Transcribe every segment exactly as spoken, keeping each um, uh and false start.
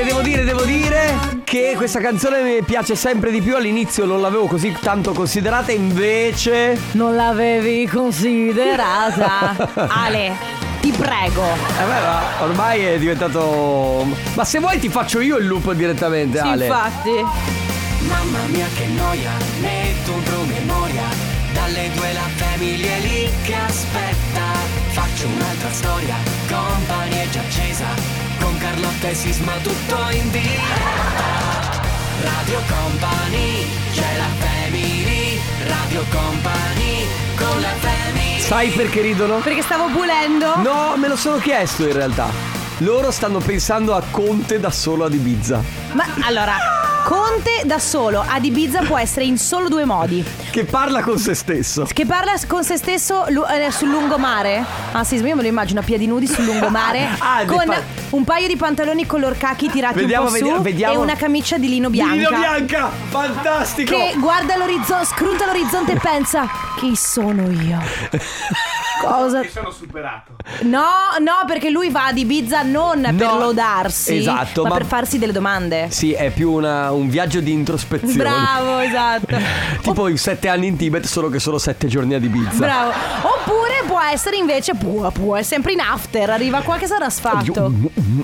dire, devo dire, devo dire che questa canzone mi piace sempre di più. All'inizio non l'avevo così tanto considerata, invece non l'avevi considerata. Ale, ti prego. Eh beh, ma ormai è diventato. Ma se vuoi ti faccio io il loop direttamente, sì, Ale. Infatti. Mamma mia che noia, metto un promemoria. Dalle due la famiglia è lì che aspetta. Faccio un'altra storia, Company è già accesa. Con Carlotta e Sisma tutto in diretta. Radio Company, c'è la family. Radio Company, con la family. Sai perché ridono? Perché stavo pulendo. No, me lo sono chiesto in realtà. Loro stanno pensando a Conte da solo ad Ibiza. Ma allora, Conte da solo ad Ibiza può essere in solo due modi. Che parla con se stesso. Che parla con se stesso lu- eh, sul lungomare. Ah sì, io me lo immagino a piedi nudi sul lungomare. Ah, con pa- un paio di pantaloni color khaki tirati Vediamo, un po' vediamo, su vediamo. e una camicia di lino bianca. Lino bianca, fantastico. Che guarda l'orizzonte, scruta l'orizzonte e pensa: chi sono io? Cosa? Mi sono superato. No, no, perché lui va ad Ibiza non No, per lodarsi, esatto, ma, ma- per farsi delle domande. Sì, è più una, un viaggio di introspezione. Bravo, esatto. Tipo in sette anni in Tibet, solo che sono sette giorni ad Ibiza. Bravo. Oppure può essere invece può, può è sempre in after. Arriva qua che sarà sfatto.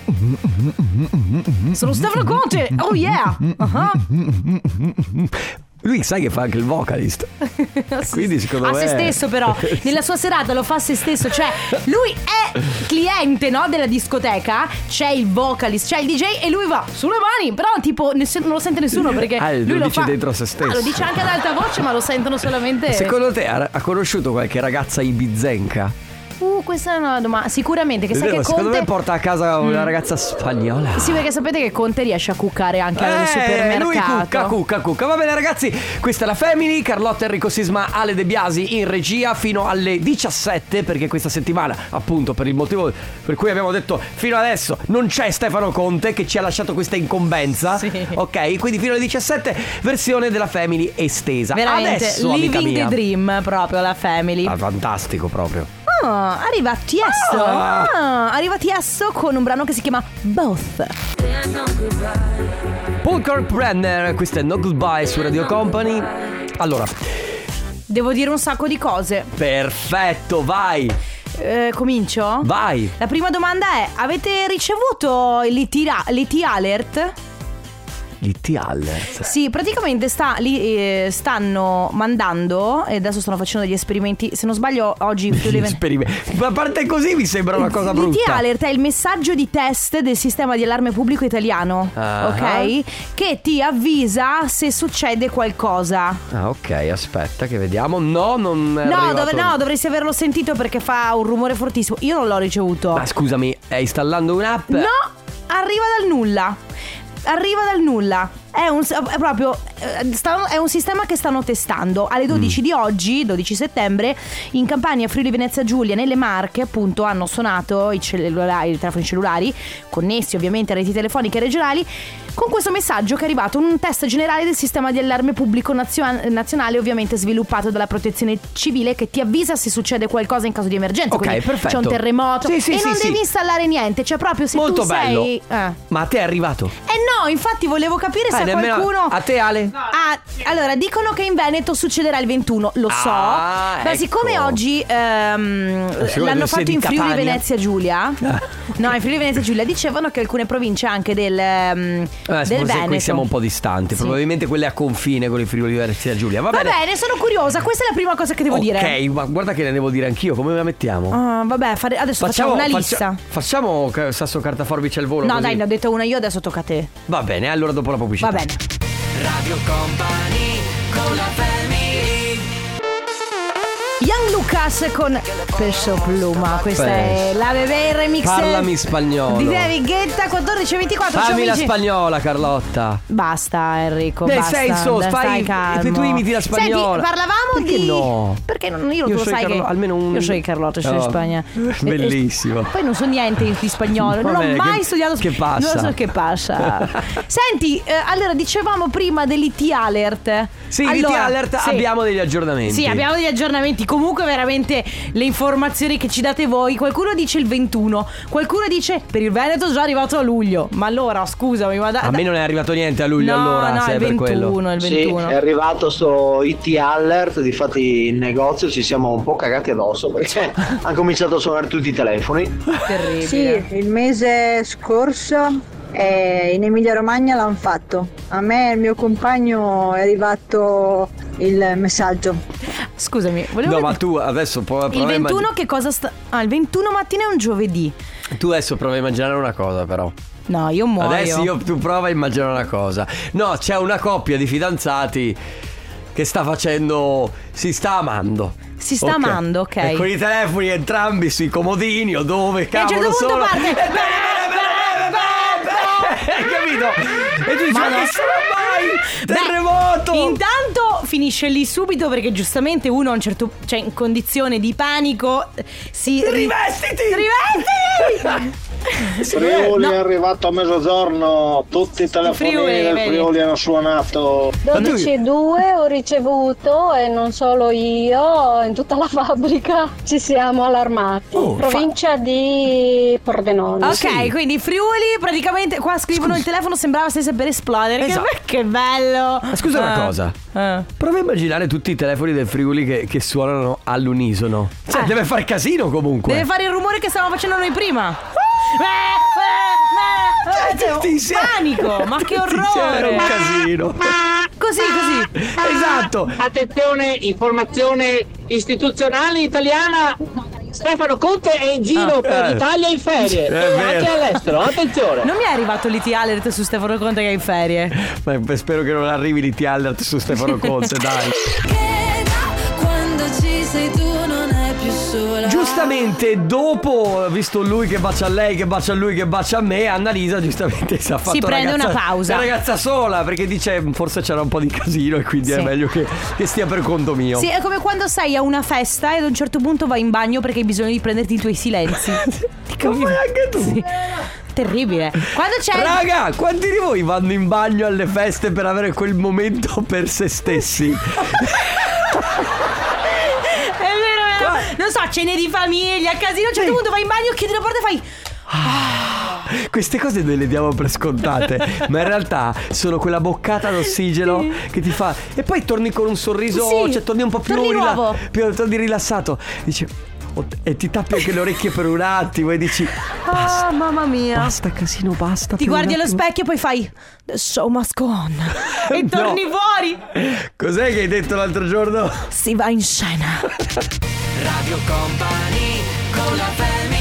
Sono Stefano Conte. Oh yeah. Uh-huh. Lui sai che fa anche il vocalist. Quindi secondo a me se stesso però. Nella sua serata lo fa a se stesso. Cioè lui è cliente, no, della discoteca. C'è il vocalist, c'è il D J e lui va sulle mani. Però tipo ness- non lo sente nessuno perché Ah, lo lui lo dice fa dentro a se stesso. Ah, lo dice anche ad alta voce, ma lo sentono solamente. Secondo te ha, ha conosciuto qualche ragazza ibizenca? Uh, questa è una domanda. Sicuramente che sai Vero, che secondo Conte me porta a casa una Mm. ragazza spagnola. Sì, perché sapete che Conte riesce a cuccare anche al Eh, supermercato. lui cucca, cucca, cucca. Va bene ragazzi, questa è la Family. Carlotta, Enrico Sisma, Ale De Biasi in regia fino alle diciassette. Perché questa settimana, appunto, per il motivo per cui abbiamo detto fino adesso non c'è Stefano Conte, che ci ha lasciato questa incombenza. Sì. Ok, quindi fino alle diciassette versione della Family estesa. Veramente Adesso, amica living mia. the dream, proprio la family. Ah, fantastico proprio. Ah, arriva Tiesto. Ah. Ah, arriva Tiesto con un brano che si chiama Both. Paul Kalkbrenner, questa è No Goodbye su Radio Company. Allora, Devo dire un sacco di cose. perfetto, vai, Eh, comincio? vai. La prima domanda è: avete ricevuto l'I T, l'I T alert? L'I T alert. Sì, praticamente sta, li, eh, stanno mandando, e adesso stanno facendo degli esperimenti, se non sbaglio oggi Friuli Ven- Esperimenti. Ma a parte così mi sembra una cosa L'I T brutta. alert è il messaggio di test del sistema di allarme pubblico italiano. Ah. Ok? Che ti avvisa se succede qualcosa. Ah, ok, aspetta che vediamo. No, non è No, arrivato. dove, no, dovresti averlo sentito perché fa un rumore fortissimo. Io non l'ho ricevuto. Ma scusami, stai installando un'app? No, arriva dal nulla. Arriva dal nulla. È un, è proprio eh, sta- è un sistema che stanno testando. Alle dodici Mm. di oggi, dodici settembre, in Campania, Friuli Venezia Giulia, nelle Marche, appunto, hanno suonato i cellulari, i telefoni cellulari, connessi ovviamente a reti telefoniche regionali, con questo messaggio che è arrivato: un test generale del sistema di allarme pubblico nazio- nazionale, ovviamente sviluppato dalla Protezione Civile, che ti avvisa se succede qualcosa in caso di emergenza. Ok, Quindi perfetto. c'è un terremoto Sì, sì, e sì, non sì. devi installare niente. Cioè proprio se Molto tu bello. sei eh. Ma a te è arrivato? Eh no, infatti volevo capire se Eh, nemmeno- qualcuno. A te Ale? Ah, allora dicono che in Veneto succederà il ventuno, lo so. Ah, Ma ecco. siccome oggi ehm, Siccome l'hanno tu sei fatto di in Friuli Catania. Venezia Giulia. Ah. No, in Friuli Venezia Giulia dicevano che alcune province anche del, ehm, Eh, del forse Veneto. qui siamo un po' distanti. Sì. Probabilmente quelle a confine con i Friuli Venezia Giulia. Va, Va bene. bene, sono curiosa, questa è la prima cosa che devo Ok, dire. ma guarda che ne devo dire anch'io. Come la mettiamo? Ah, vabbè, fare- adesso facciamo, una faccia- lista. facciamo ca- sasso carta forbice al volo. No, così. dai, ne ho detto una io, adesso tocca a te. Va bene, allora dopo la pubblicità. Va bene. Radio Company, con la family. Young Lucas con Peso Pluma. Questa è la bebè il remix. Parlami spagnolo. Di David Guetta. Quattordici e ventiquattro. Fammi ciao, la amici. spagnola, Carlotta. Basta Enrico, Nel basta. senso, Stai fai- calmo. tu imiti la spagnola. Senti, parlavamo Perché di no? Perché non, io, Io lo sono sai Carlo- che almeno un- Io sono di Carlotta, sono Oh, in Spagna. bellissimo. E- e- poi non so niente di spagnolo. Non Vabbè, ho mai che- studiato che passa? Non so che passa. Senti, eh, allora dicevamo prima dell'I T alert. Sì, allora, l'I T alert sì. abbiamo degli aggiornamenti. Sì, abbiamo degli aggiornamenti. Comunque chiaramente le informazioni che ci date voi. Qualcuno dice il ventuno, qualcuno dice per il Veneto è già arrivato a luglio. Ma allora scusami, ma da, a me non è arrivato niente a luglio, no, allora no, se è è per ventuno, quello. il ventuno. Sì, è arrivato sto I T alert, difatti in negozio ci siamo un po' cagati addosso perché hanno cominciato a suonare tutti i telefoni. Terribile. Sì, il mese scorso eh, in Emilia Romagna l'hanno fatto. A me e il mio compagno è arrivato il messaggio. Scusami, volevo No, ma tu adesso prova, il prova a ventuno immag- che cosa sta... Ah, il ventuno mattina è un giovedì. Tu adesso prova a immaginare una cosa però. No, io muoio. Adesso io, tu prova a immaginare una cosa. No, c'è una coppia di fidanzati che sta facendo, si sta amando. Si sta amando, ok. E con i telefoni entrambi sui comodini o dove E a un certo cavolo punto sono. parte. E bene, bene, bene, bene, bene. Hai capito? E tu dici Ma ma no. che sarà mai? Beh, Terremoto. intanto finisce lì subito perché giustamente uno a un certo, cioè in condizione di panico si Rivestiti! Rivestiti! Friuli No. è arrivato a mezzogiorno, tutti i telefonini Friuli, del vedi. Friuli hanno suonato. dodici e due ho ricevuto e non solo io, in tutta la fabbrica ci siamo allarmati. Oh, Provincia di Pordenone. Ok, Sì. quindi Friuli praticamente qua scrivono il telefono sembrava stesse per esplodere. Esatto. Che, che bello. Ma scusa una Ah. cosa. Ah. Prova a immaginare tutti i telefoni del Friuli che, che suonano all'unisono. Cioè Eh. deve fare casino comunque. Deve fare il rumore che stavamo facendo noi prima. Cioè, tutti insieme. Panico, ma che Tutti insieme era orrore. un casino. Così, così. Esatto. Attenzione, informazione istituzionale italiana. Stefano Conte è in giro Ah. per Eh. l'Italia in ferie È e vero. anche all'estero, attenzione. Non mi è arrivato l'I T alert su Stefano Conte che è in ferie. Ma spero che non arrivi l'I T alert su Stefano Conte, dai. Quando ci sei tu non è più sola. Giustamente dopo, visto lui che bacia a lei, che bacia a lui, che bacia a me, Annalisa giustamente si è fatto Si prende ragazza, una pausa. una ragazza sola perché dice forse c'era un po' di casino e quindi Sì. è meglio che, che stia per conto mio. Sì, è come quando sei a una festa e ad un certo punto vai in bagno perché hai bisogno di prenderti i tuoi silenzi. Lo fai anche tu. Sì. Terribile. Quando c'è Raga, quanti di voi vanno in bagno alle feste per avere quel momento per se stessi? È vero, è vero. Non so, cene di famiglia, casino, a un certo punto vai in bagno, chiudi la porta e fai Queste cose noi le diamo per scontate, ma in realtà sono quella boccata d'ossigeno che ti fa. E poi torni con un sorriso, Sì, cioè torni un po' più, torni rila- nuovo. più torni rilassato. Dici "Oh", e ti tappi anche le orecchie per un attimo e dici Ah, mamma mia. basta casino, basta. Ti per un guardi allo attimo." specchio e poi fai The show must go on. E No. torni fuori. Cos'è che hai detto l'altro giorno? Si va in scena. Radio Company con la family.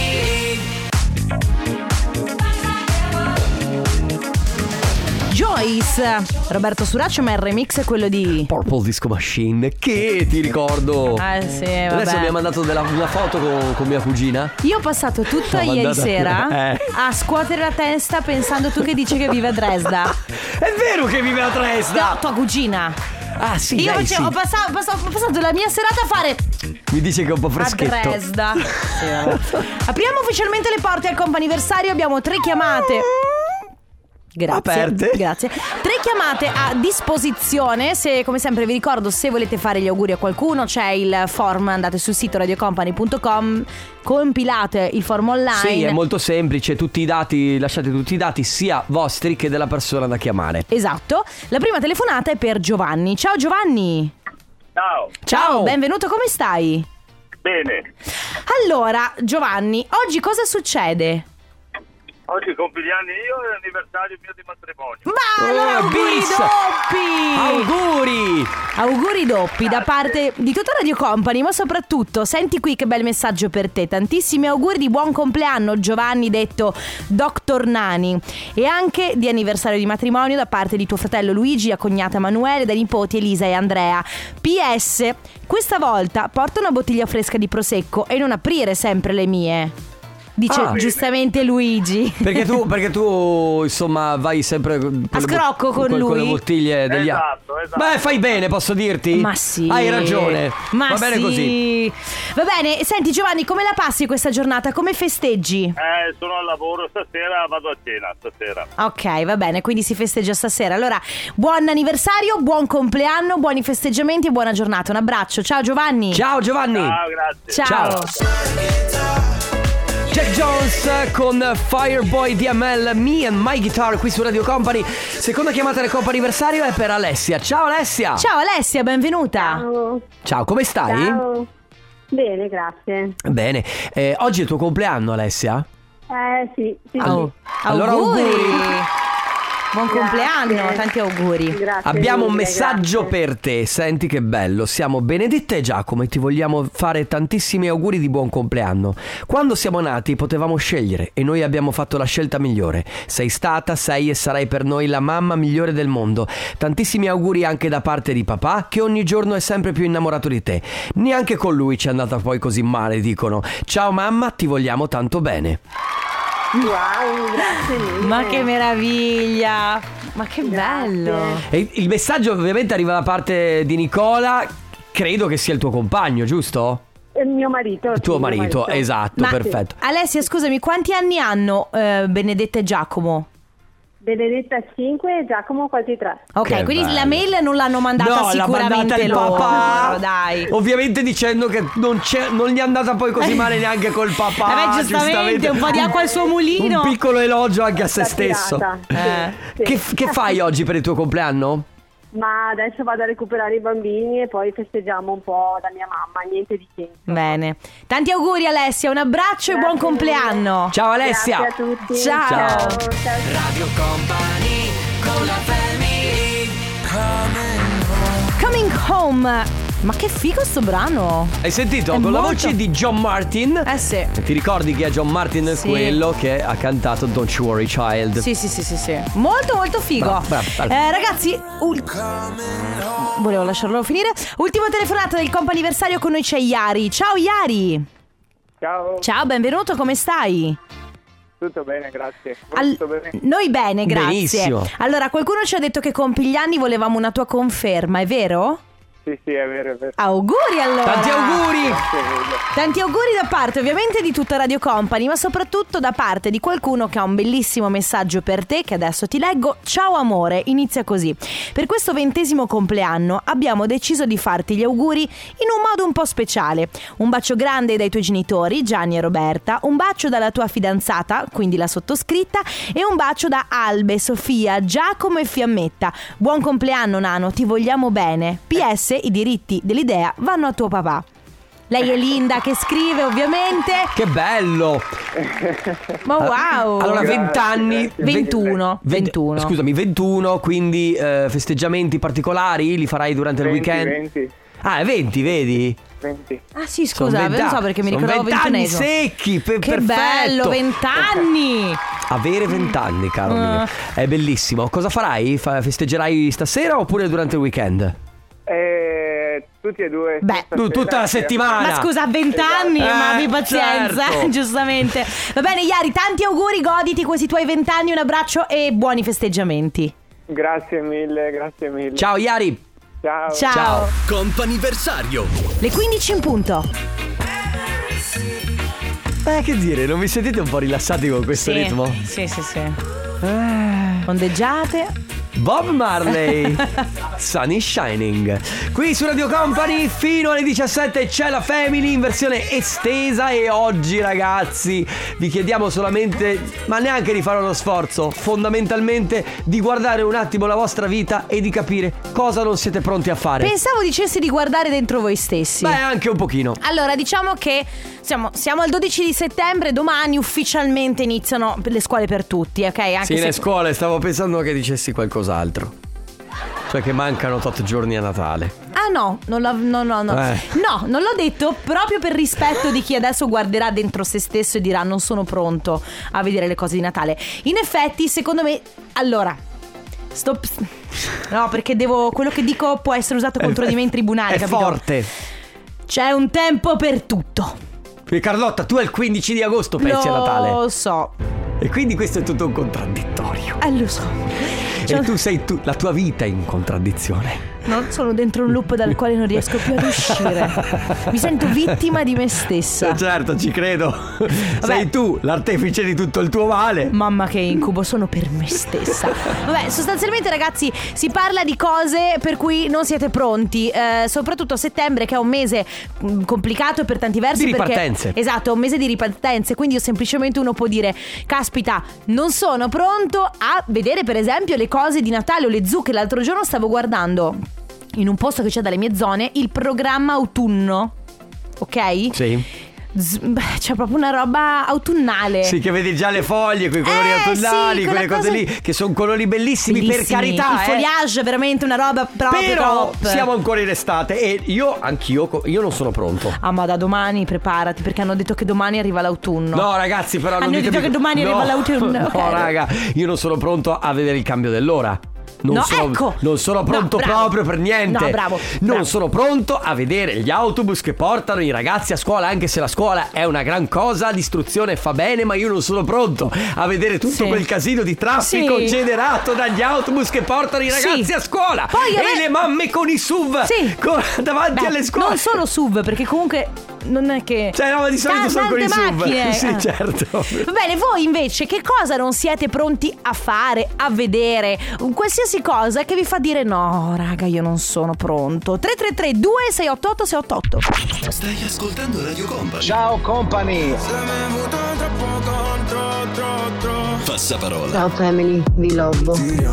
Joyce, Roberto Suraccio, ma il remix è quello di Purple Disco Machine, che ti ricordo. Ah sì, Adesso mi ha vabbè. mandato della- una foto con, con mia cugina. Io ho passato tutta L'ho ieri mandata- sera Eh. a scuotere la testa pensando tu che dici che vive a Dresda. È vero che vive a Dresda. No, tua cugina. Ah sì, Io lei facevo, sì. ho, passato, ho passato- ho passato la mia serata a fare Mi dice che è un po' a freschetto. Dresda. Sì, vabbè. Apriamo ufficialmente le porte al comp'anniversario. Abbiamo tre chiamate. Grazie. Aperte. Grazie. Tre chiamate a disposizione. Se, come sempre vi ricordo, se volete fare gli auguri a qualcuno, c'è il form, andate sul sito radio company punto com, compilate il form online. Sì, è molto semplice, tutti i dati, lasciate tutti i dati sia vostri che della persona da chiamare. Esatto. La prima telefonata è per Giovanni. Ciao Giovanni. Ciao, Ciao. Benvenuto, come stai? bene. Allora, Giovanni, oggi cosa succede? Oggi compio gli anni io e l'anniversario mio di matrimonio. Ma allora Oh, auguri bis. doppi! Auguri! Auguri doppi da parte di tutta Radio Company, ma soprattutto senti qui che bel messaggio per te. Tantissimi auguri di buon compleanno Giovanni, detto Doctor Nani, e anche di anniversario di matrimonio da parte di tuo fratello Luigi, la cognata Emanuele, dai nipoti Elisa e Andrea. P S, questa volta porta una bottiglia fresca di prosecco e non aprire sempre le mie. Dice Ah. giustamente Luigi. Perché tu, perché tu insomma vai sempre con A le scrocco con con, con le lui? bottiglie degli altri. Esatto, esatto. Beh, fai bene, posso dirti? Ma sì. Hai ragione. Ma Va bene sì. così. Va bene, senti Giovanni, come la passi questa giornata? Come festeggi? Eh, sono al lavoro stasera, vado a cena stasera. Ok, va bene, quindi si festeggia stasera. Allora, buon anniversario, buon compleanno, buoni festeggiamenti e buona giornata. Un abbraccio, ciao Giovanni. Ciao Giovanni. Ciao, grazie. Ciao. Jack Jones con Fireboy D M L, Me and My Guitar qui su Radio Company. Seconda chiamata del compo anniversario è per Alessia. Ciao Alessia. Ciao Alessia, benvenuta. Ciao. Ciao, come stai? Ciao. Bene, grazie. Bene. Eh, oggi è il tuo compleanno, Alessia? Eh sì, sì, Oh. sì. Allora auguri. auguri. Buon compleanno, Grazie. tanti auguri. Grazie Abbiamo un mille, messaggio grazie. per te. Senti che bello. Siamo Benedetta e Giacomo e ti vogliamo fare tantissimi auguri di buon compleanno. Quando siamo nati potevamo scegliere e noi abbiamo fatto la scelta migliore. Sei stata, sei e sarai per noi la mamma migliore del mondo. Tantissimi auguri anche da parte di papà, che ogni giorno è sempre più innamorato di te. Neanche con lui ci è andata poi così male, dicono. Ciao mamma, ti vogliamo tanto bene. Wow, grazie mille. Ma che meraviglia. Ma che bello. E il messaggio ovviamente arriva da parte di Nicola. Credo che sia il tuo compagno, giusto? Il mio marito. Il tuo sì, mio marito, esatto, Ma- perfetto. Alessia, scusami, quanti anni hanno eh, Benedetta e Giacomo? Benedetta cinque e Giacomo quasi tre. Ok, Che quindi bello. la mail non l'hanno mandata No, l'ha sicuramente mandata il loro. papà. No, dai. Ovviamente dicendo che non, c'è, non gli è andata poi così male neanche col papà. Eh beh, giustamente, un po' di acqua al suo mulino. Un piccolo elogio anche a se stesso. Pirata. Eh. Sì. Che, che fai oggi per il tuo compleanno? Ma adesso vado a recuperare i bambini e poi festeggiamo un po' da mia mamma, niente di che. Bene. Tanti auguri Alessia, un abbraccio e buon compleanno. Ciao Alessia. Grazie a tutti. Ciao. Ciao. Radio Company con la family. Coming Home. Ma che figo sto brano. Hai sentito? È Con la molto- voce di John Martin. Eh sì. Ti ricordi chi è John Martin? Sì. Quello che ha cantato Don't You Worry Child. Sì, sì, sì, sì, sì. Molto, molto figo. Bravo, bravo, bravo. Eh, ragazzi, ul- volevo lasciarlo finire. Ultima telefonata del compo anniversario, con noi c'è Iari. Ciao Iari. Ciao, Ciao, benvenuto, come stai? tutto bene, grazie. Voi Al- tutto bene? Noi bene, grazie. Benissimo. Allora, qualcuno ci ha detto che compi gli anni, volevamo una tua conferma, è vero? Sì, sì, è vero, è vero. Auguri allora. Tanti auguri. Grazie mille. Tanti auguri da parte ovviamente di tutta Radio Company, ma soprattutto da parte di qualcuno che ha un bellissimo messaggio per te, che adesso ti leggo. Ciao amore, inizia così. Per questo ventesimo compleanno abbiamo deciso di farti gli auguri in un modo un po' speciale. Un bacio grande dai tuoi genitori, Gianni e Roberta, un bacio dalla tua fidanzata, quindi la sottoscritta, e un bacio da Albe, Sofia, Giacomo e Fiammetta. Buon compleanno Nano, ti vogliamo bene. P S I diritti dell'idea vanno a tuo papà. Lei è Linda che scrive ovviamente. Che bello. Ma wow. Allora, Grazie, vent'anni. grazie. ventuno ventuno Scusami, ventuno, quindi eh, festeggiamenti particolari li farai durante il venti, weekend? venti, Ah, è venti, vedi? venti. Ah sì, Sono scusa, vent'anni. non so perché mi Sono ricordavo vent'anni ventunesimo. secchi, pe- Che perfetto. bello, vent'anni. Avere vent'anni, caro Ah. mio. È bellissimo. Cosa farai? Fa- festeggerai stasera oppure durante il weekend? Eh, tutti e due. Beh, Tu- tutta la settimana. Ma scusa, a vent'anni, Eh, ma abbi pazienza, certo. giustamente. Va bene, Iari, tanti auguri, goditi questi tuoi vent'anni, un abbraccio e buoni festeggiamenti. Grazie mille, grazie mille. Ciao Iari. Ciao. Ciao. Ciao. Comp'anniversario. Le quindici in punto. Eh, che dire, non vi sentite un po' rilassati con questo Sì, ritmo? Sì, sì, sì. Eh. Ondeggiate. Bob Marley, Sun is Shining. Qui su Radio Company fino alle diciassette c'è la Family in versione estesa. E oggi, ragazzi, vi chiediamo solamente, ma neanche di fare uno sforzo, fondamentalmente di guardare un attimo la vostra vita e di capire cosa non siete pronti a fare. Pensavo dicessi di guardare dentro voi stessi. Beh, anche un pochino. Allora, diciamo che siamo, siamo al dodici di settembre, domani ufficialmente iniziano le scuole per tutti, ok? Anche Sì, se... le scuole, stavo pensando che dicessi qualcos'altro. Cioè che mancano tot giorni a Natale. Ah no, non l'ho, no, no, no. Eh. No, non l'ho detto proprio per rispetto di chi adesso guarderà dentro se stesso e dirà non sono pronto a vedere le cose di Natale. In effetti, secondo me, allora, stop. No, perché devo, quello che dico può essere usato contro di me in tribunale, È capito? forte. C'è un tempo per tutto. Carlotta, tu è il quindici di agosto pensi a Natale. Lo so. E quindi questo è tutto un contraddittorio. Eh, lo so. Cioè, e tu sei tu, la tua vita è in contraddizione. No, sono dentro un loop dal quale non riesco più ad uscire. Mi sento vittima di me stessa. Certo, ci credo. Sei tu l'artefice di tutto il tuo male. Mamma che incubo, sono per me stessa. Vabbè, sostanzialmente ragazzi, si parla di cose per cui non siete pronti, eh, soprattutto a settembre, che è un mese mh, complicato per tanti versi. Di ripartenze. Perché, esatto, un mese di ripartenze. Quindi io semplicemente uno può dire: caspita, non sono pronto a vedere per esempio le cose di Natale o le zucche. L'altro giorno stavo guardando in un posto che c'è dalle mie zone il programma autunno. Ok? Sì. Z- beh, c'è proprio una roba autunnale. Sì, che vedi già le foglie, quei colori Eh, autunnali, sì, quelle quella cose cosa- lì, che sono colori bellissimi, Bellissimi. per carità. Il eh. foliage è veramente una roba proprio Però top. siamo ancora in estate e io, anch'io, io non sono pronto. Ah, ma da domani preparati, perché hanno detto che domani arriva l'autunno. No, ragazzi, però non Hanno detto ditemi- che domani no, arriva l'autunno. No, Ok. raga, io non sono pronto a vedere il cambio dell'ora. Non, No, sono, ecco. non sono pronto No, bravo. proprio per niente. No, bravo, Non bravo. sono pronto a vedere gli autobus che portano i ragazzi a scuola. Anche se la scuola è una gran cosa, l'istruzione fa bene, ma io non sono pronto a vedere tutto Sì. quel casino di traffico Sì. generato dagli autobus che portano i ragazzi Sì. a scuola. Poi a e me- le mamme con i S U V Sì. con- davanti Beh, alle scuole. non solo S U V, perché comunque non è che... Cioè, no, ma di solito Ta- sono con i tante S U V. macchine. Sì, Ah. certo. Va bene, voi invece che cosa non siete pronti a fare, a vedere? Un qualsiasi cosa che vi fa dire no, raga, io non sono pronto. tre tre tre due sei otto otto sei otto otto. Stai ascoltando Radio Company. Ciao company. Passaparola. Ciao family, vi love.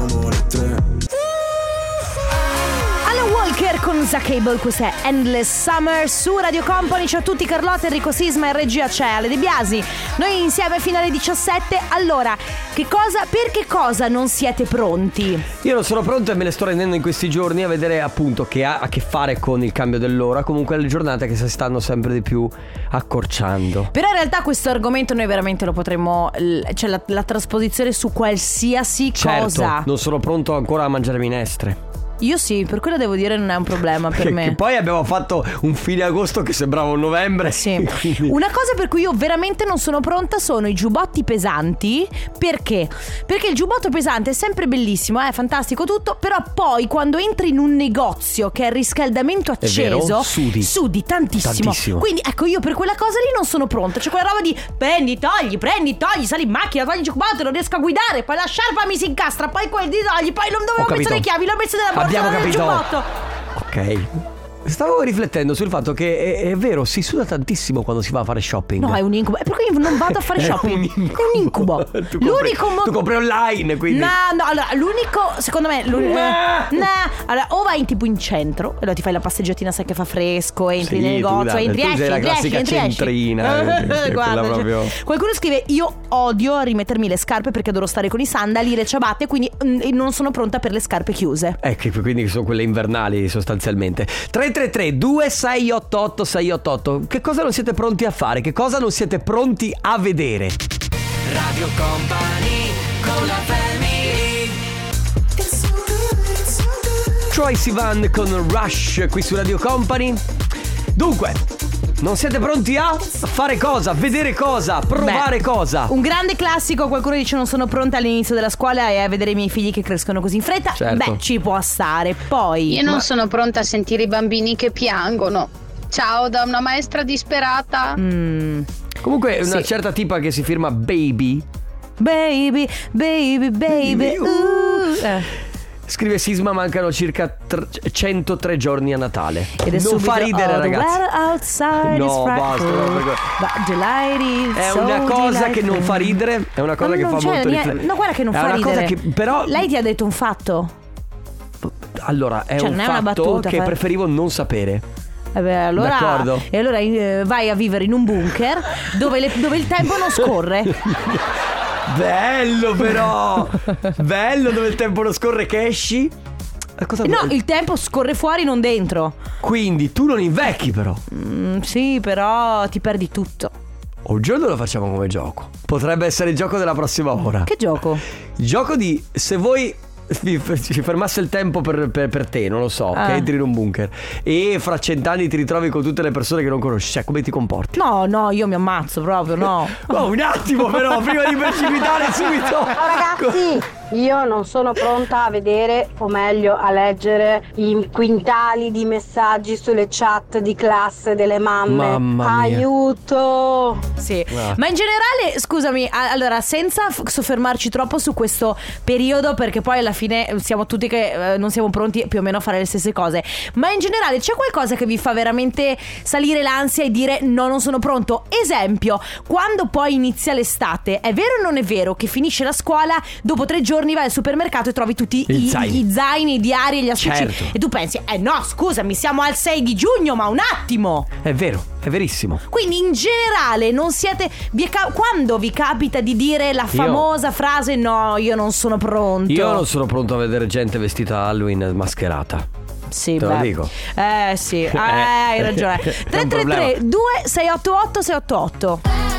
Alan Walker con Zach Abel, questa è Endless Summer su Radio Company. Ciao a tutti, Carlotta, Enrico Sisma e regia c'è Ale De Biasi. Noi insieme fino alle diciassette. Allora, che cosa, per che cosa non siete pronti? Io non sono pronto e me ne sto rendendo in questi giorni a vedere appunto che ha a che fare con il cambio dell'ora. Comunque le giornate che si stanno sempre di più accorciando. Però in realtà questo argomento noi veramente lo potremmo, l- cioè la, la trasposizione su qualsiasi Certo, cosa. non sono pronto ancora a mangiare minestre. Io sì, per quello devo dire non è un problema per che, me. che poi abbiamo fatto un fine agosto che sembrava un novembre. Sì. Quindi- Una cosa per cui io veramente non sono pronta sono i giubbotti pesanti. Perché? Perché il giubbotto pesante è sempre bellissimo, è fantastico tutto. Però poi quando entri in un negozio che è il riscaldamento È vero, acceso, sudi. sudi tantissimo. Tantissimo. Quindi ecco, io per quella cosa lì non sono pronta. C'è quella roba di prendi, togli, prendi, togli, sali in macchina, togli il giubbotto, non riesco a guidare. Poi la sciarpa mi si incastra, poi quel di togli, poi non dovevo Ho capito. mettere le chiavi, l'ho messo nella borsa Abbiamo del capito. giubbotto. Ok. Stavo riflettendo sul fatto che è, è vero, si suda tantissimo quando si va a fare shopping. No, è un incubo. È per cui io non vado a fare È shopping. un È un incubo. Tu compri, L'unico mo- tu compri online, quindi. No, no, allora, l'unico, secondo me, l'un- Ma- eh, no. Allora, o vai in tipo in centro, e allora ti fai la passeggiatina, sai che fa fresco, entri Sì, nel tu negozio, dai, entri, tu esci, sei la entri, esci, classica entri, esci. centrina, eh, che- Guarda, quella cioè, proprio- qualcuno scrive: io odio rimettermi le scarpe perché adoro stare con i sandali, le ciabatte, quindi mm, non sono pronta per le scarpe chiuse. Ecco, quindi sono quelle invernali sostanzialmente. tre tre tre due sei otto otto sei otto otto. Che cosa non siete pronti a fare? Che cosa non siete pronti a vedere? Radio Company con la family. Troye Sivan con Rush qui su Radio Company. Dunque, non siete pronti a fare cosa? Vedere cosa? Provare Beh, cosa? Un grande classico, qualcuno dice non sono pronta all'inizio della scuola e a vedere i miei figli che crescono così in fretta. Certo. Beh, ci può stare. Poi Io non sono pronta a sentire i bambini che piangono. Ciao da una maestra disperata. Mm. Comunque una Sì. certa tipa che si firma Baby Baby, baby, baby. Uh. Eh. scrive: Sisma, mancano circa tre- centotré giorni a Natale. Ed è Non subito, fa ridere, oh, the ragazzi. weather outside No, is frightful, basta, no, perché- but delight is È so una cosa che delightful. non fa ridere. È una cosa Ma che non fa c'è molto niente- ridere. No, guarda che non è fa una ridere. cosa che però Lei ti ha detto un fatto. allora è Cioè, un non è una fatto battuta, che fa- preferivo non sapere. Eh beh, allora, D'accordo. e allora eh, vai a vivere in un bunker dove, le- dove il tempo non scorre. Bello però. Bello dove il tempo non scorre che esci. E cosa No, il tempo scorre fuori, non dentro. Quindi tu non invecchi però. Mm, sì, però ti perdi tutto. Un giorno lo facciamo come gioco. Potrebbe essere il gioco della prossima ora. Che gioco? Il gioco di se voi ci fermasse il tempo per, per, per te, non lo so, Ah. che entri in un bunker e fra cent'anni ti ritrovi con tutte le persone che non conosci, cioè come ti comporti? No, no, io mi ammazzo proprio, no. Oh, un attimo però, prima di precipitare subito. Ciao ragazzi, io non sono pronta a vedere, o meglio a leggere i quintali di messaggi sulle chat di classe delle mamme. Mamma mia. Aiuto! Sì, Ah. ma in generale, scusami, a- allora senza f- soffermarci troppo su questo periodo, perché poi alla fine siamo tutti che eh, non siamo pronti più o meno a fare le stesse cose, ma in generale c'è qualcosa che vi fa veramente salire l'ansia e dire no, non sono pronto? Esempio, quando poi inizia l'estate, è vero o non è vero che finisce la scuola, dopo tre giorni vai al supermercato e trovi tutti I i, zaini. i zaini, i diari e gli astucci, Certo. e tu pensi, eh no, scusami, siamo al sei di giugno, ma un attimo. È vero, è verissimo. Quindi in generale non siete vi è ca- quando vi capita di dire la famosa frase no, io non sono pronto. Io non sono pronto a vedere gente vestita a Halloween mascherata. Sì, Te beh. lo dico. Eh sì, eh, hai ragione. È un tre tre tre due sei otto otto sei otto otto.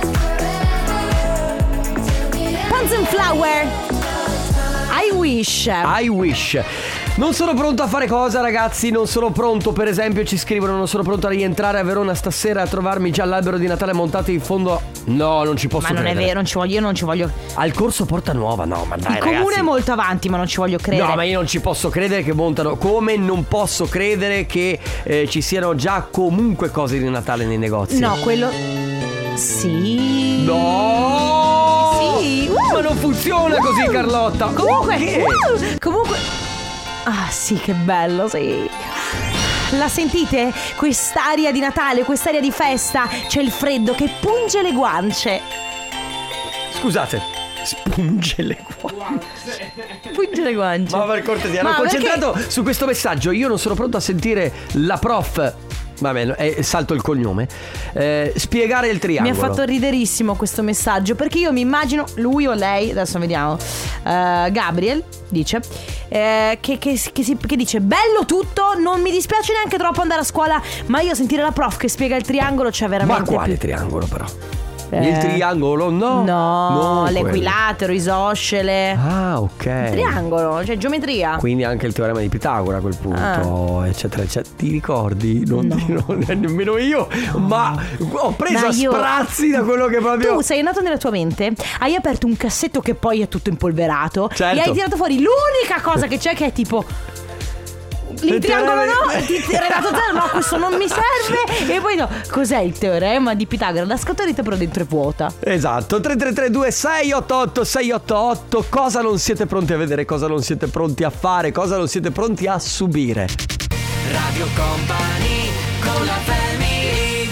Pants and Flower. I wish. I wish. Non sono pronto a fare cosa, ragazzi? Non sono pronto, per esempio, ci scrivono: non sono pronto a rientrare a Verona stasera a trovarmi già l'albero di Natale montato in fondo. No, non ci posso Ma non credere. è vero, non ci voglio, io non ci voglio. Al corso Porta Nuova, no, ma dai, Il comune ragazzi. è molto avanti, ma non ci voglio credere. No, ma io non ci posso credere che montano. Come non posso credere che eh, ci siano già comunque cose di Natale nei negozi? No, quello. Sì. No! Sì. Ma non funziona così, Carlotta. Comunque, Che? uh, comunque. Ah, sì, che bello, sì. La sentite? Quest'aria di Natale, quest'aria di festa. C'è il freddo che punge le guance. Scusate, spunge le guance. Punge le guance. Ma per cortesia, ero Ma concentrato perché- su questo messaggio. Io non sono pronto a sentire la prof. Vabbè, eh, salto il cognome. Eh, spiegare il Mi triangolo. ha fatto riderissimo questo messaggio, perché io mi immagino lui o lei, adesso vediamo, eh, Gabriel dice eh, che, che, che, si, che dice bello tutto, non mi dispiace neanche troppo andare a scuola, ma io sentire la prof che spiega il triangolo, cioè veramente. Ma quale più- triangolo però? Eh, Il triangolo no. No, Non l'equilatero, isoscele. Ah, ok. Triangolo, cioè geometria. Quindi anche il teorema di Pitagora a quel punto, eccetera, eccetera. Ti ricordi? Non, No. ti- non nemmeno io, ma ho preso Ma a io- sprazzi da quello che proprio. Tu sei andato nella tua mente, hai aperto un cassetto che poi è tutto impolverato, Certo. e hai tirato fuori l'unica cosa che c'è, che è tipo il triangolo no, ti Renato zero no, questo non mi serve. E poi no, cos'è il teorema di Pitagora? La scatoletta però dentro è vuota. Esatto, tre tre tre due sei otto otto sei otto otto. Cosa non siete pronti a vedere, cosa non siete pronti a fare, cosa non siete pronti a subire. Radio Company con la family.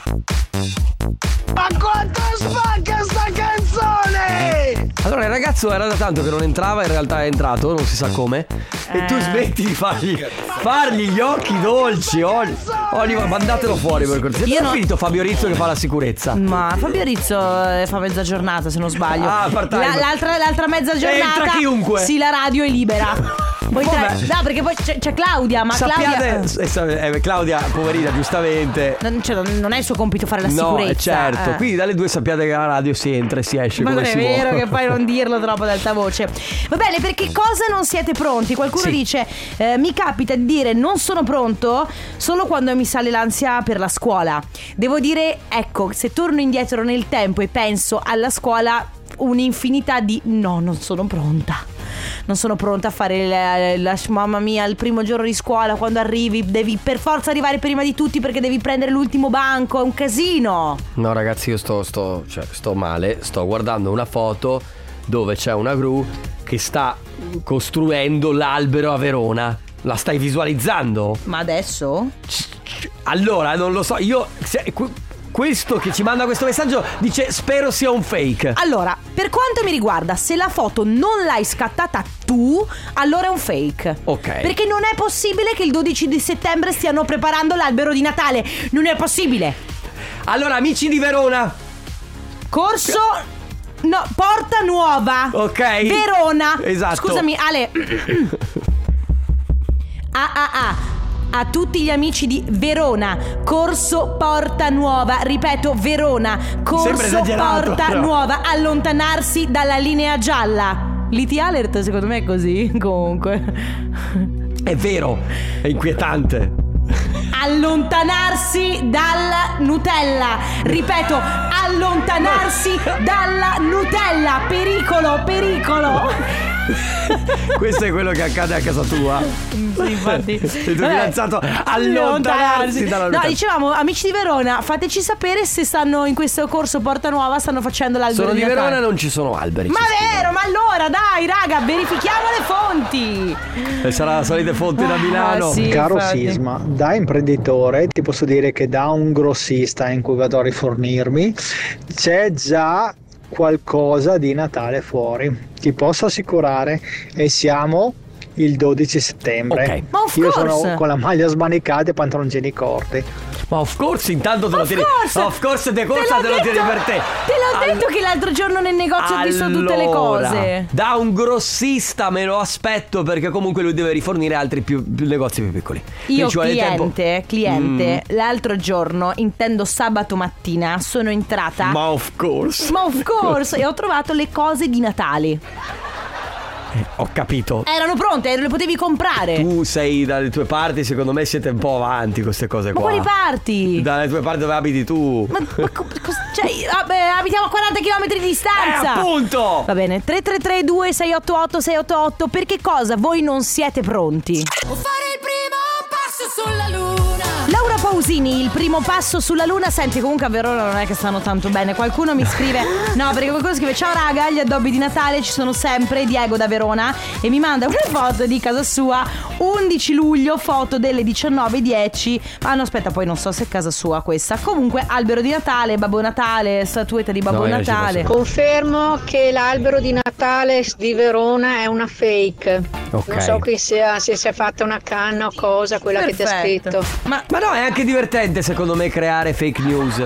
Ma quanto spacca sta canzone! Allora il ragazzo era da tanto che non entrava, in realtà è entrato, non si sa come. E tu Eh. smetti di fargli, fargli gli occhi dolci. Ogni, ogni, mandatelo fuori per cortesia. Io Io ho no- finito Fabio Rizzo che fa la sicurezza. Ma Fabio Rizzo eh, fa mezza giornata, se non sbaglio. Ah, part-time. La- l'altra, l'altra mezza giornata. Entra chiunque. Sì, la radio è libera. Poi Vabbè. dai, no, perché poi c'è, c'è Claudia, ma Sappiate, Claudia eh, sa- eh, Claudia, poverina, giustamente. non, cioè, non è il suo compito fare la No, sicurezza. eh, certo. eh. Quindi dalle due sappiate che alla radio si entra e si esce Ma come non è si vero vuole. che poi non dirlo troppo ad alta voce. Va bene, perché cosa non siete pronti? Qualcuno Sì. dice eh, mi capita di dire non sono pronto solo quando mi sale l'ansia per la scuola. Devo dire, ecco, se torno indietro nel tempo e penso alla scuola, un'infinità di no, non sono pronta. Non sono pronta a fare la, la- mamma mia, il primo giorno di scuola, quando arrivi devi per forza arrivare prima di tutti perché devi prendere l'ultimo banco, è un casino. No ragazzi, io sto, sto, cioè, sto male. Sto guardando una foto dove c'è una gru che sta costruendo l'albero a Verona. La stai visualizzando? Ma adesso? Allora, non lo so, io se- que- questo che ci manda questo messaggio dice spero sia un fake. Allora, per quanto mi riguarda, se la foto non l'hai scattata tu, allora è un fake. Ok. Perché non è possibile che il dodici di settembre stiano preparando l'albero di Natale. Non è possibile. Allora, amici di Verona, Corso No, Porta Nuova. ok? Verona. Esatto. Scusami, Ale. Ah ah ah. A tutti gli amici di Verona, Corso Porta Nuova, ripeto Verona, Sembra Corso esagerato, Porta però. Nuova, allontanarsi dalla linea gialla. L'I T alert secondo me è così. Comunque è vero, è inquietante. Allontanarsi dalla Nutella. Ripeto, allontanarsi dalla Nutella. Pericolo, pericolo. Questo è quello che accade a casa tua. Sì, infatti. Il tuo fidanzato allontanarsi dalla Nutella. No, dicevamo, amici di Verona, fateci sapere se stanno in questo corso Porta Nuova, stanno facendo l'albero. Sono di, di Natale. Verona e non ci sono alberi. Ma vero, ma allora dai raga, verifichiamo le fonti. E sarà la solita fonte da Milano. Ah, sì, Caro infatti. Sisma, da imprenditore ti posso dire che da un grossista in cui vado a rifornirmi c'è già qualcosa di Natale fuori, ti posso assicurare, e siamo il dodici settembre. Ok. Ma of Io course. sono con la maglia smanicata e pantaloncini corti. Ma of course, intanto te lo Of tieni. course. Of course, te corsa l'ho te lo tieni detto- per te. Te l'ho All- detto che l'altro giorno nel negozio ho visto tutte le Allora, cose. da un grossista me lo aspetto, perché comunque lui deve rifornire altri più, più negozi più piccoli. Io Quindi ci vuole cliente, tempo. cliente, Mm. l'altro giorno, intendo sabato mattina, sono entrata. Ma of course. Ma of course, e ho trovato le cose di Natale. Eh, ho capito. Erano pronte, le potevi comprare. Tu sei dalle tue parti, secondo me siete un po' avanti con queste cose Ma qua. quali parti? Dalle tue parti dove abiti tu. Ma, ma co- cos- cioè, vabbè, abitiamo a quaranta chilometri di distanza. Eh, appunto. Va bene, tre tre tre due sei otto otto sei otto otto. Per che cosa voi non siete pronti? Può fare il primo passo sulla luna. Laura Pausini, il primo passo sulla luna. Senti, comunque a Verona non è che stanno tanto bene. Qualcuno mi scrive, no, perché qualcuno scrive: ciao raga, gli addobbi di Natale ci sono sempre. Diego da Verona. E mi manda una foto di casa sua, undici luglio, foto delle diciannove e dieci. Ah no, aspetta, poi non so se è casa sua questa. Comunque albero di Natale, Babbo Natale, statuetta di Babbo No, io non ci Natale. posso. Confermo che l'albero di Natale di Verona è una fake. Ok. Non so che sia, se si è fatta una canna o cosa, quella che ti ha Perfetto. scritto. Ma Ma no, è anche divertente secondo me creare fake news.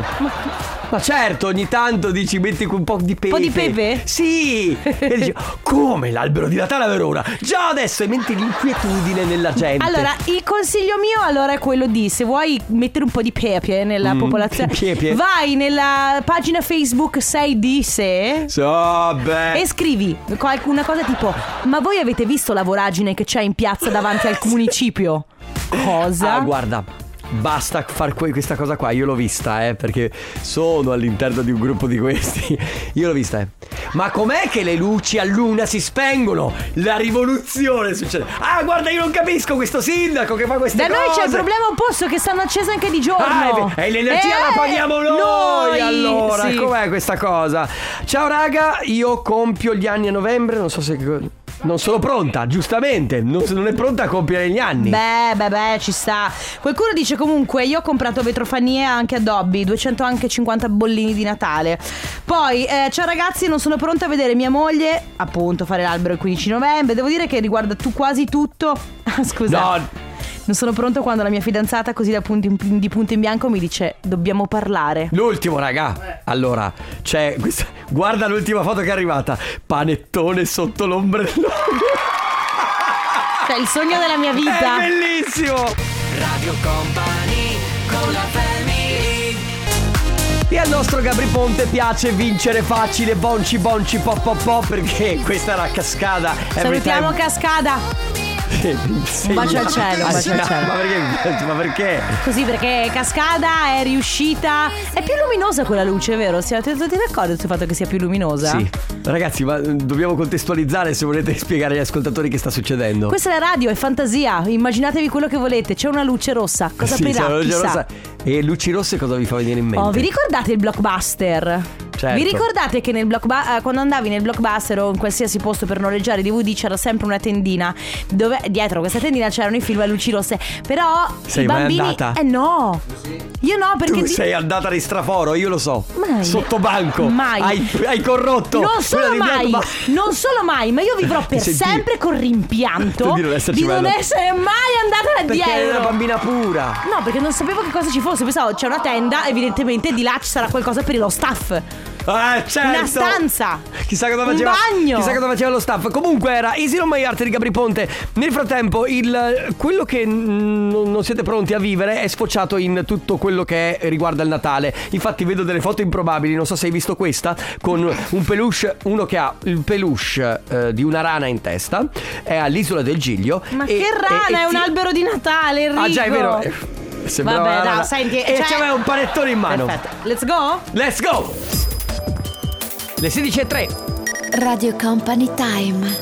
Ma certo, ogni tanto dici metti un po' di pepe. po' di pepe? Sì. E dici, come l'albero di Natale a Verona? Già adesso, e metti l'inquietudine nella gente. allora, il consiglio mio allora è quello di, se vuoi mettere un po' di pepe nella Mm, popolazione, pepe. vai nella pagina Facebook sei di se So, beh. e scrivi qualcuna cosa tipo: ma voi avete visto la voragine che c'è in piazza davanti al municipio? Cosa? Ah, guarda, basta far que- questa cosa qua. Io l'ho vista, eh, perché sono all'interno di un gruppo di questi. Io l'ho vista, eh. Ma com'è che le luci a luna si spengono? La rivoluzione succede. Ah, guarda, io non capisco questo sindaco che fa queste Da cose. noi c'è il problema opposto, che stanno accese anche di giorno. Ah, e l'energia Eh, la paghiamo noi, noi, allora, sì. com'è questa cosa? Ciao raga, io compio gli anni a novembre. Non so se... Non sono pronta, giustamente. Non, non è pronta a compiere gli anni. Beh, beh, beh, ci sta. Qualcuno dice comunque: io ho comprato vetrofanie e anche addobbi, duecento anche cinquanta bollini di Natale. Poi, eh, ciao ragazzi, non sono pronta a vedere mia moglie appunto fare l'albero il quindici novembre. Devo dire che riguarda tu quasi tutto. Ah, scusa. No. Non sono pronto quando la mia fidanzata, così da punto in, di punto in bianco, mi dice: dobbiamo parlare. L'ultimo, raga. Allora, c'è questa. Guarda l'ultima foto che è arrivata. Panettone sotto l'ombrello. Cioè, il sogno della mia vita. È bellissimo. Radio Company con la family. E al nostro Gabri Ponte piace vincere facile, bonci bonci pop pop pop, perché questa è la cascada. Salutiamo Cascada. Un bacio al cielo, un bacio al cielo. Ma perché? Ma perché? Così, perché Cascada è riuscita. È più luminosa quella luce, vero? Siete tutti d'accordo sul fatto che sia più luminosa? Sì. Ragazzi, ma dobbiamo contestualizzare, se volete spiegare agli ascoltatori che sta succedendo. Questa è la radio, è fantasia. Immaginatevi quello che volete. C'è una luce rossa. Cosa Sì, aprirà? c'è una luce Chissà. rossa. E luci rosse cosa vi fa venire in mente? Oh, vi ricordate il Blockbuster? Certo. Vi ricordate che nel blockbu- eh, quando andavi nel Blockbuster o in qualsiasi posto per noleggiare D V D c'era sempre una tendina dove dietro questa tendina c'erano i film a luci rosse. Però Sei i mai bambini andata? Eh no. Io no, perché Tu di- sei andata di straforo, io lo so. Mai. Sotto banco. Mai. Hai, hai corrotto. Non solo quella di mai, Bianco, ma- non solo mai, ma io vivrò per Senti- sempre col rimpianto Tu di non esserci di non mai essere mai andata là Perché eri dietro. una bambina pura. No, perché non sapevo che cosa ci fosse. Pensavo c'è una tenda, evidentemente di là ci sarà qualcosa per lo staff. Eh, certo. Una stanza. Chissà cosa Un faceva. bagno. Chissà cosa faceva lo staff. Comunque era Easy on My Heart di Gabry Ponte. Nel frattempo il, quello che n- non siete pronti a vivere è sfociato in tutto quello che è, riguarda il Natale. Infatti vedo delle foto improbabili. Non so se hai visto questa, con un peluche, uno che ha il peluche eh, di una rana in testa. È all'isola del Giglio. Ma e, che rana, e, e è un ti... albero di Natale, Enrico. Ah già, è vero. Sembrava Vabbè, una rana. dai, senti, e cioè... c'aveva un panettone in mano. Perfetto. Let's go. Let's go. Le sedici e tre. Radio Company Time.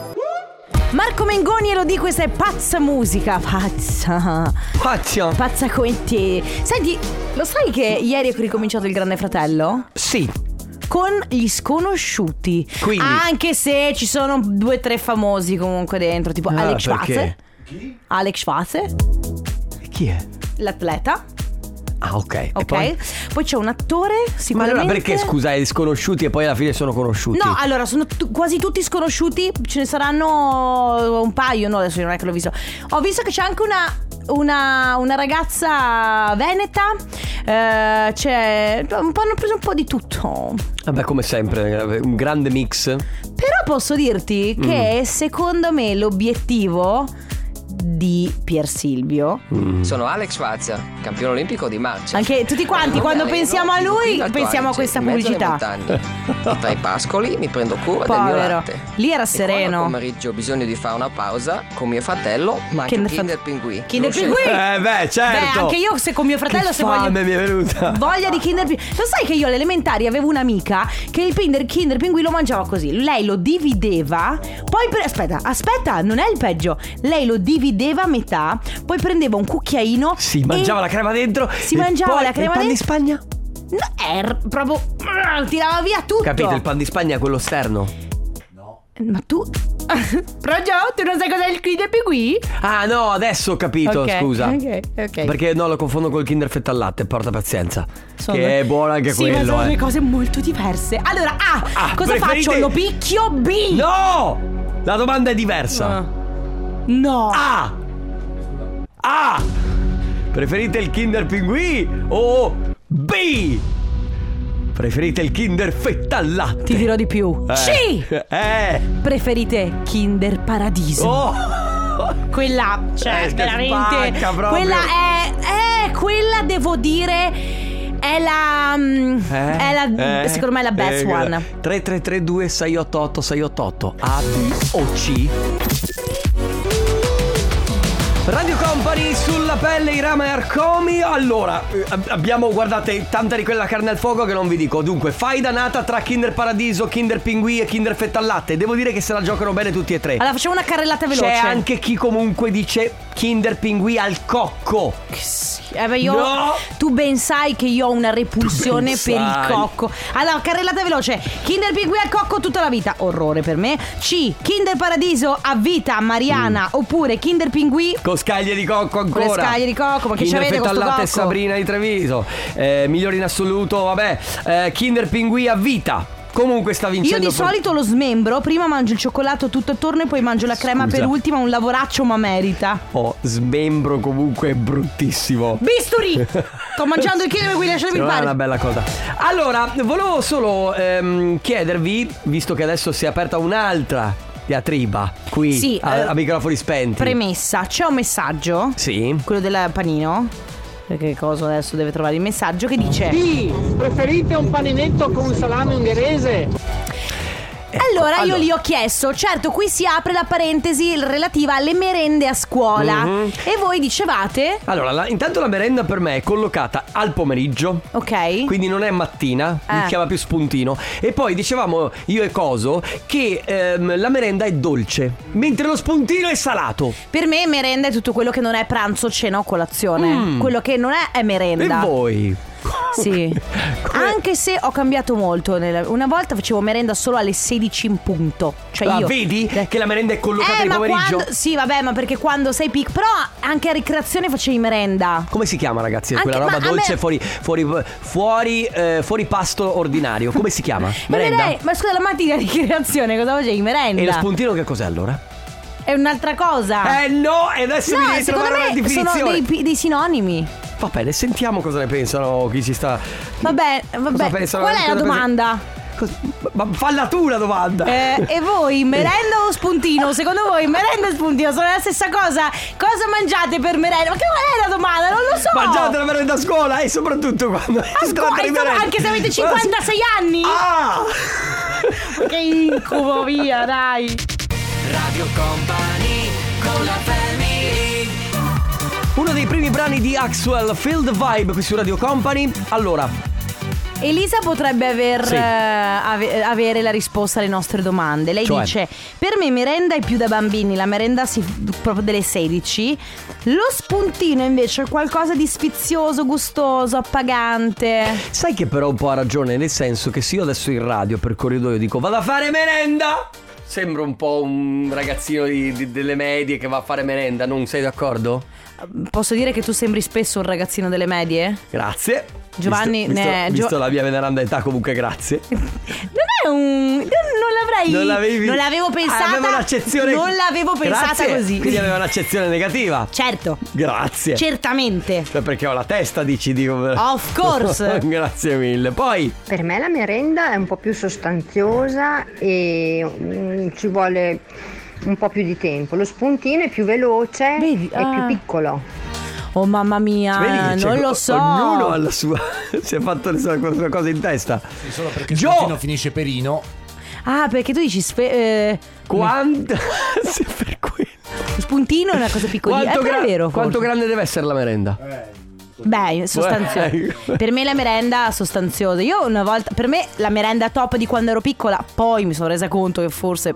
Marco Mengoni, e lo dico, questa è pazza musica. Pazza. Pazza. Pazza come te. Senti, lo sai che ieri è ricominciato il Grande Fratello? Sì. Con gli sconosciuti. Quindi. Anche se ci sono due o tre famosi comunque dentro, tipo Ah, Alex perché? Schwarzer. Chi? Alex Schwarzer, Chi è? l'atleta. Ah, ok. E Ok. poi? Poi c'è un attore, Ma sicuramente. allora perché, scusa, è sconosciuti e poi alla fine sono conosciuti? No, allora sono tu- quasi tutti sconosciuti. Ce ne saranno un paio. No, adesso non è che l'ho visto. Ho visto che c'è anche una Una, una ragazza veneta. eh, C'è un po', hanno preso un po' di tutto. Vabbè, come sempre, un grande mix. Però posso dirti che secondo me l'obiettivo di Pier Silvio, Sono Alex Schwarzer, campione olimpico di marcia. anche tutti quanti quando pensiamo a lui pensiamo a questa pubblicità. E tra i pascoli mi prendo cura del mio Povero, latte. lì era E quando sereno. al pomeriggio ho bisogno di fare una pausa con mio fratello, ma anche Kinder Kinder, Fat- Pinguì. Kinder Lo Pinguì? scegli- Eh beh, certo. Beh, anche io se con mio fratello Che se voglio fame mi è venuta. voglia di Kinder Pinguì. Lo sai che io alle elementari avevo un'amica che il Kinder, Kinder Pinguì lo mangiava così. Lei lo divideva. Poi pre- aspetta, aspetta, non è il peggio. Lei lo divideva a metà. Poi prendeva un cucchiaino. Si mangiava e la crema dentro. Si e mangiava poi la crema il pan di dentro. Spagna? No, era proprio tirava via tutto. Capito, il pan di Spagna è quello sterno. Ma tu Proggio, tu non sai cos'è il Kinder Pinguì? Ah no, adesso ho capito, Ok, scusa. ok, ok. Perché no, lo confondo col Kinder fetta al latte, porta pazienza. Sono- Che è buono anche sì, quello, ma sono eh. due cose molto diverse. Allora, A, Ah, cosa preferite- faccio? Lo picchio? B. No! La domanda è diversa. No. A. A. Preferite il Kinder Pinguì o B? Preferite il Kinder fetta al latte? Ti dirò di più. Eh. C. Eh. Preferite Kinder Paradiso? Oh. Quella, cioè, Eh, che veramente. spacca proprio. Quella è, è. Quella devo dire. È la. mm, Eh? È la. Eh? Secondo me è la best Eh, one. tre tre tre due sei otto otto sei otto otto. A, B o C? Radio Company, sulla pelle Irama e Arcomi. Allora, eh, ab- abbiamo, guardate, tanta di quella carne al fuoco che non vi dico. Dunque, fai danata tra Kinder Paradiso, Kinder Pinguì e Kinder fetta al latte. Devo dire che se la giocano bene tutti e tre. Allora facciamo una carrellata veloce. C'è anche chi comunque dice Kinder Pinguì al cocco. Eh beh, io, No. tu ben sai che io ho una repulsione Tu ben per il sai. cocco. Allora, carrellata veloce. Kinder Pinguì al cocco tutta la vita. Orrore per me. C. Kinder Paradiso a vita Mariana. Oppure Kinder Pinguì Con scaglie di cocco ancora. con le scaglie di cocco. Ma che Kinder c'avete con fetta al sto latte e cocco? Sabrina di Treviso. eh, Migliore in assoluto, vabbè. eh, Kinder Pinguì a vita. Comunque sta Io vincendo di solito lo smembro. Prima mangio il cioccolato tutto attorno e poi mangio la crema Scusa. per ultima. Un lavoraccio ma merita. Oh, smembro comunque è bruttissimo. Bisturi. Sto mangiando il Kinder Pinguì, lasciami Non è fare. una bella cosa. Allora, volevo solo ehm, chiedervi, visto che adesso si è aperta un'altra diatriba qui Sì, a, eh, a microfoni spenti. Premessa, c'è un messaggio. Sì. Quello del panino. Perché cosa adesso deve trovare il messaggio che dice: Sì, preferite un paninetto con salame ungherese? Allora, io allora. gli ho chiesto, certo qui si apre la parentesi relativa alle merende a scuola. Mhm. E voi dicevate? Allora, la- intanto la merenda per me è collocata al pomeriggio. Ok. Quindi non è mattina, mi Eh. chiama più spuntino. E poi dicevamo io e Coso che ehm, la merenda è dolce, mentre lo spuntino è salato. Per me merenda è tutto quello che non è pranzo, cena o colazione. Mm. Quello che non è è merenda. E voi? Sì. Anche se ho cambiato molto nella- una volta facevo merenda solo alle sedici in punto. Cioè Ah, io vedi che la merenda è collocata Eh, di ma pomeriggio? quando, sì, vabbè, ma perché quando sei pic. Però anche a ricreazione facevi merenda. Come si chiama, ragazzi? Anche- Quella roba ma a dolce me- fuori fuori fuori, eh, fuori pasto ordinario. Come si chiama? E Merenda? direi, ma scusa, la mattina di ricreazione cosa facevi? Merenda. E lo spuntino che cos'è allora? È un'altra cosa. Eh no, e adesso No, mi devi secondo trovare una me sono definizione. dei, pi- dei sinonimi. Va bene, sentiamo cosa ne pensano chi si sta. Vabbè, vabbè. Qual è la domanda? Ma falla tu la domanda. Eh, e voi, merenda o spuntino? Secondo voi merenda e spuntino sono la stessa cosa? Cosa mangiate per merenda? Ma che qual è la domanda? Non lo so. Mangiate la merenda a scuola e soprattutto quando si tratta di merenda. Anche se avete cinquantasei anni? Ah! Che incubo, via, dai. Radio Company con la family. Uno dei primi brani di Axwell, Feel the Vibe, qui su Radio Company. Allora, Elisa potrebbe aver, sì. uh, ave- avere la risposta alle nostre domande. Lei cioè? dice: per me merenda è più da bambini, la merenda si, proprio delle sedici. Lo spuntino invece è qualcosa di sfizioso, gustoso, appagante. Sai che però un po' ha ragione, nel senso che se io adesso in radio per corridoio dico vado a fare merenda, sembra un po' un ragazzino di, di, delle medie che va a fare merenda, non sei d'accordo? Posso dire che tu sembri spesso un ragazzino delle medie? Grazie. Giovanni, visto, ne visto, visto Gio- la mia veneranda età, comunque grazie. Non è un... Non, non l'avrei... Non l'avevi... Non l'avevo pensata... Aveva un'accezione... Non l'avevo pensata grazie. così. Quindi aveva un'accezione negativa. Certo. Grazie. Certamente. Cioè perché ho la testa, dici, dico... Of course. Grazie mille. Poi... Per me la merenda è un po' più sostanziosa e mm, ci vuole un po' più di tempo. Lo spuntino è più veloce. Vedi? È ah. più piccolo. Oh mamma mia, Vedi, non cioè, lo so. Ognuno ha la sua. Si è fatto le sue cose in testa. Sì, solo perché Gio! spuntino finisce perino. Ah, perché tu dici spe- eh, Quanto se per quello. Spuntino è una cosa piccolina. Quanto, è gra- vero, quanto grande deve essere la merenda? Eh. Beh, sostanziosa. Per me la merenda sostanziosa. Io una volta, per me la merenda top di quando ero piccola, poi mi sono resa conto che forse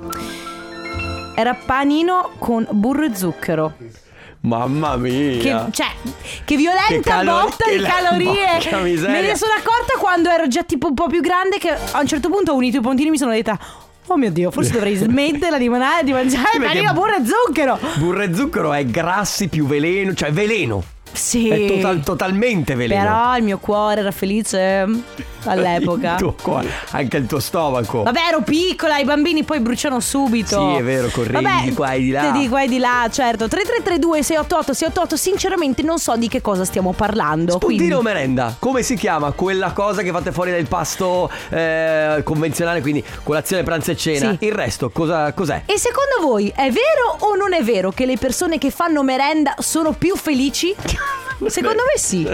era panino con burro e zucchero. Mamma mia. Che, cioè, che violenta che calor- botta di calorie. Me ne sono accorta quando ero già tipo un po' più grande, che a un certo punto ho unito i puntini e mi sono detta: oh mio Dio, forse dovrei smetterla di mangiare, di mangiare panino, burro e zucchero. Burro e zucchero è grassi più veleno, cioè veleno. Sì. È total, totalmente veleno. Però il mio cuore era felice all'epoca. Il tuo cuore, anche il tuo stomaco. Vabbè, ero piccola, i bambini poi bruciano subito. Sì, è vero, correvi Vabbè, di qua e di là. Di qua e di là, certo. Tre tre tre due sei otto otto sei otto otto. Sinceramente non so di che cosa stiamo parlando. Spuntino quindi... o merenda? Come si chiama quella cosa che fate fuori dal pasto eh, convenzionale, quindi colazione, pranzo e cena? Sì. Il resto cosa, cos'è? E secondo voi è vero o non è vero che le persone che fanno merenda sono più felici? Secondo me sì.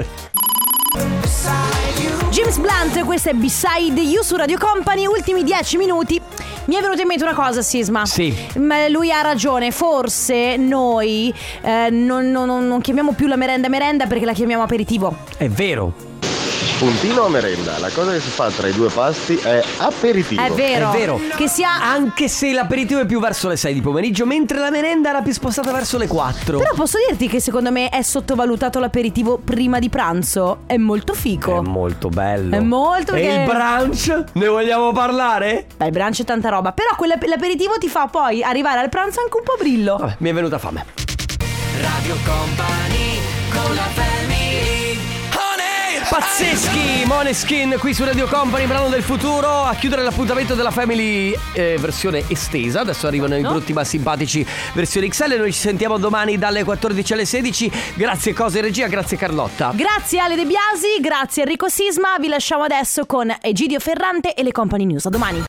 James Blunt, questa è Beside You su Radio Company. Ultimi dieci minuti. Mi è venuta in mente una cosa, Sisma. Sì. Ma lui ha ragione. Forse noi eh, non, non, non chiamiamo più la merenda merenda perché la chiamiamo aperitivo. È vero. Spuntino o merenda? La cosa che si fa tra i due pasti è aperitivo. È vero. È vero. Che sia... Anche se l'aperitivo è più verso le sei di pomeriggio, mentre la merenda era più spostata verso le quattro. Però posso dirti che secondo me è sottovalutato l'aperitivo prima di pranzo. È molto fico. È molto bello. È molto E perché... il brunch? Ne vogliamo parlare? Beh, il brunch è tanta roba. Però quell'aperitivo ti fa poi arrivare al pranzo anche un po' brillo. Vabbè, mi è venuta fame. Radio Company con la family. Pazzeschi, Måneskin qui su Radio Company, brano del futuro. A chiudere l'appuntamento della Family eh, versione estesa. Adesso arrivano i brutti ma simpatici versione X L. Noi ci sentiamo domani dalle quattordici alle sedici. Grazie Cosa in regia, grazie Carlotta. Grazie Ale De Biasi, grazie Enrico Sisma. Vi lasciamo adesso con Egidio Ferrante e le Company News. A domani.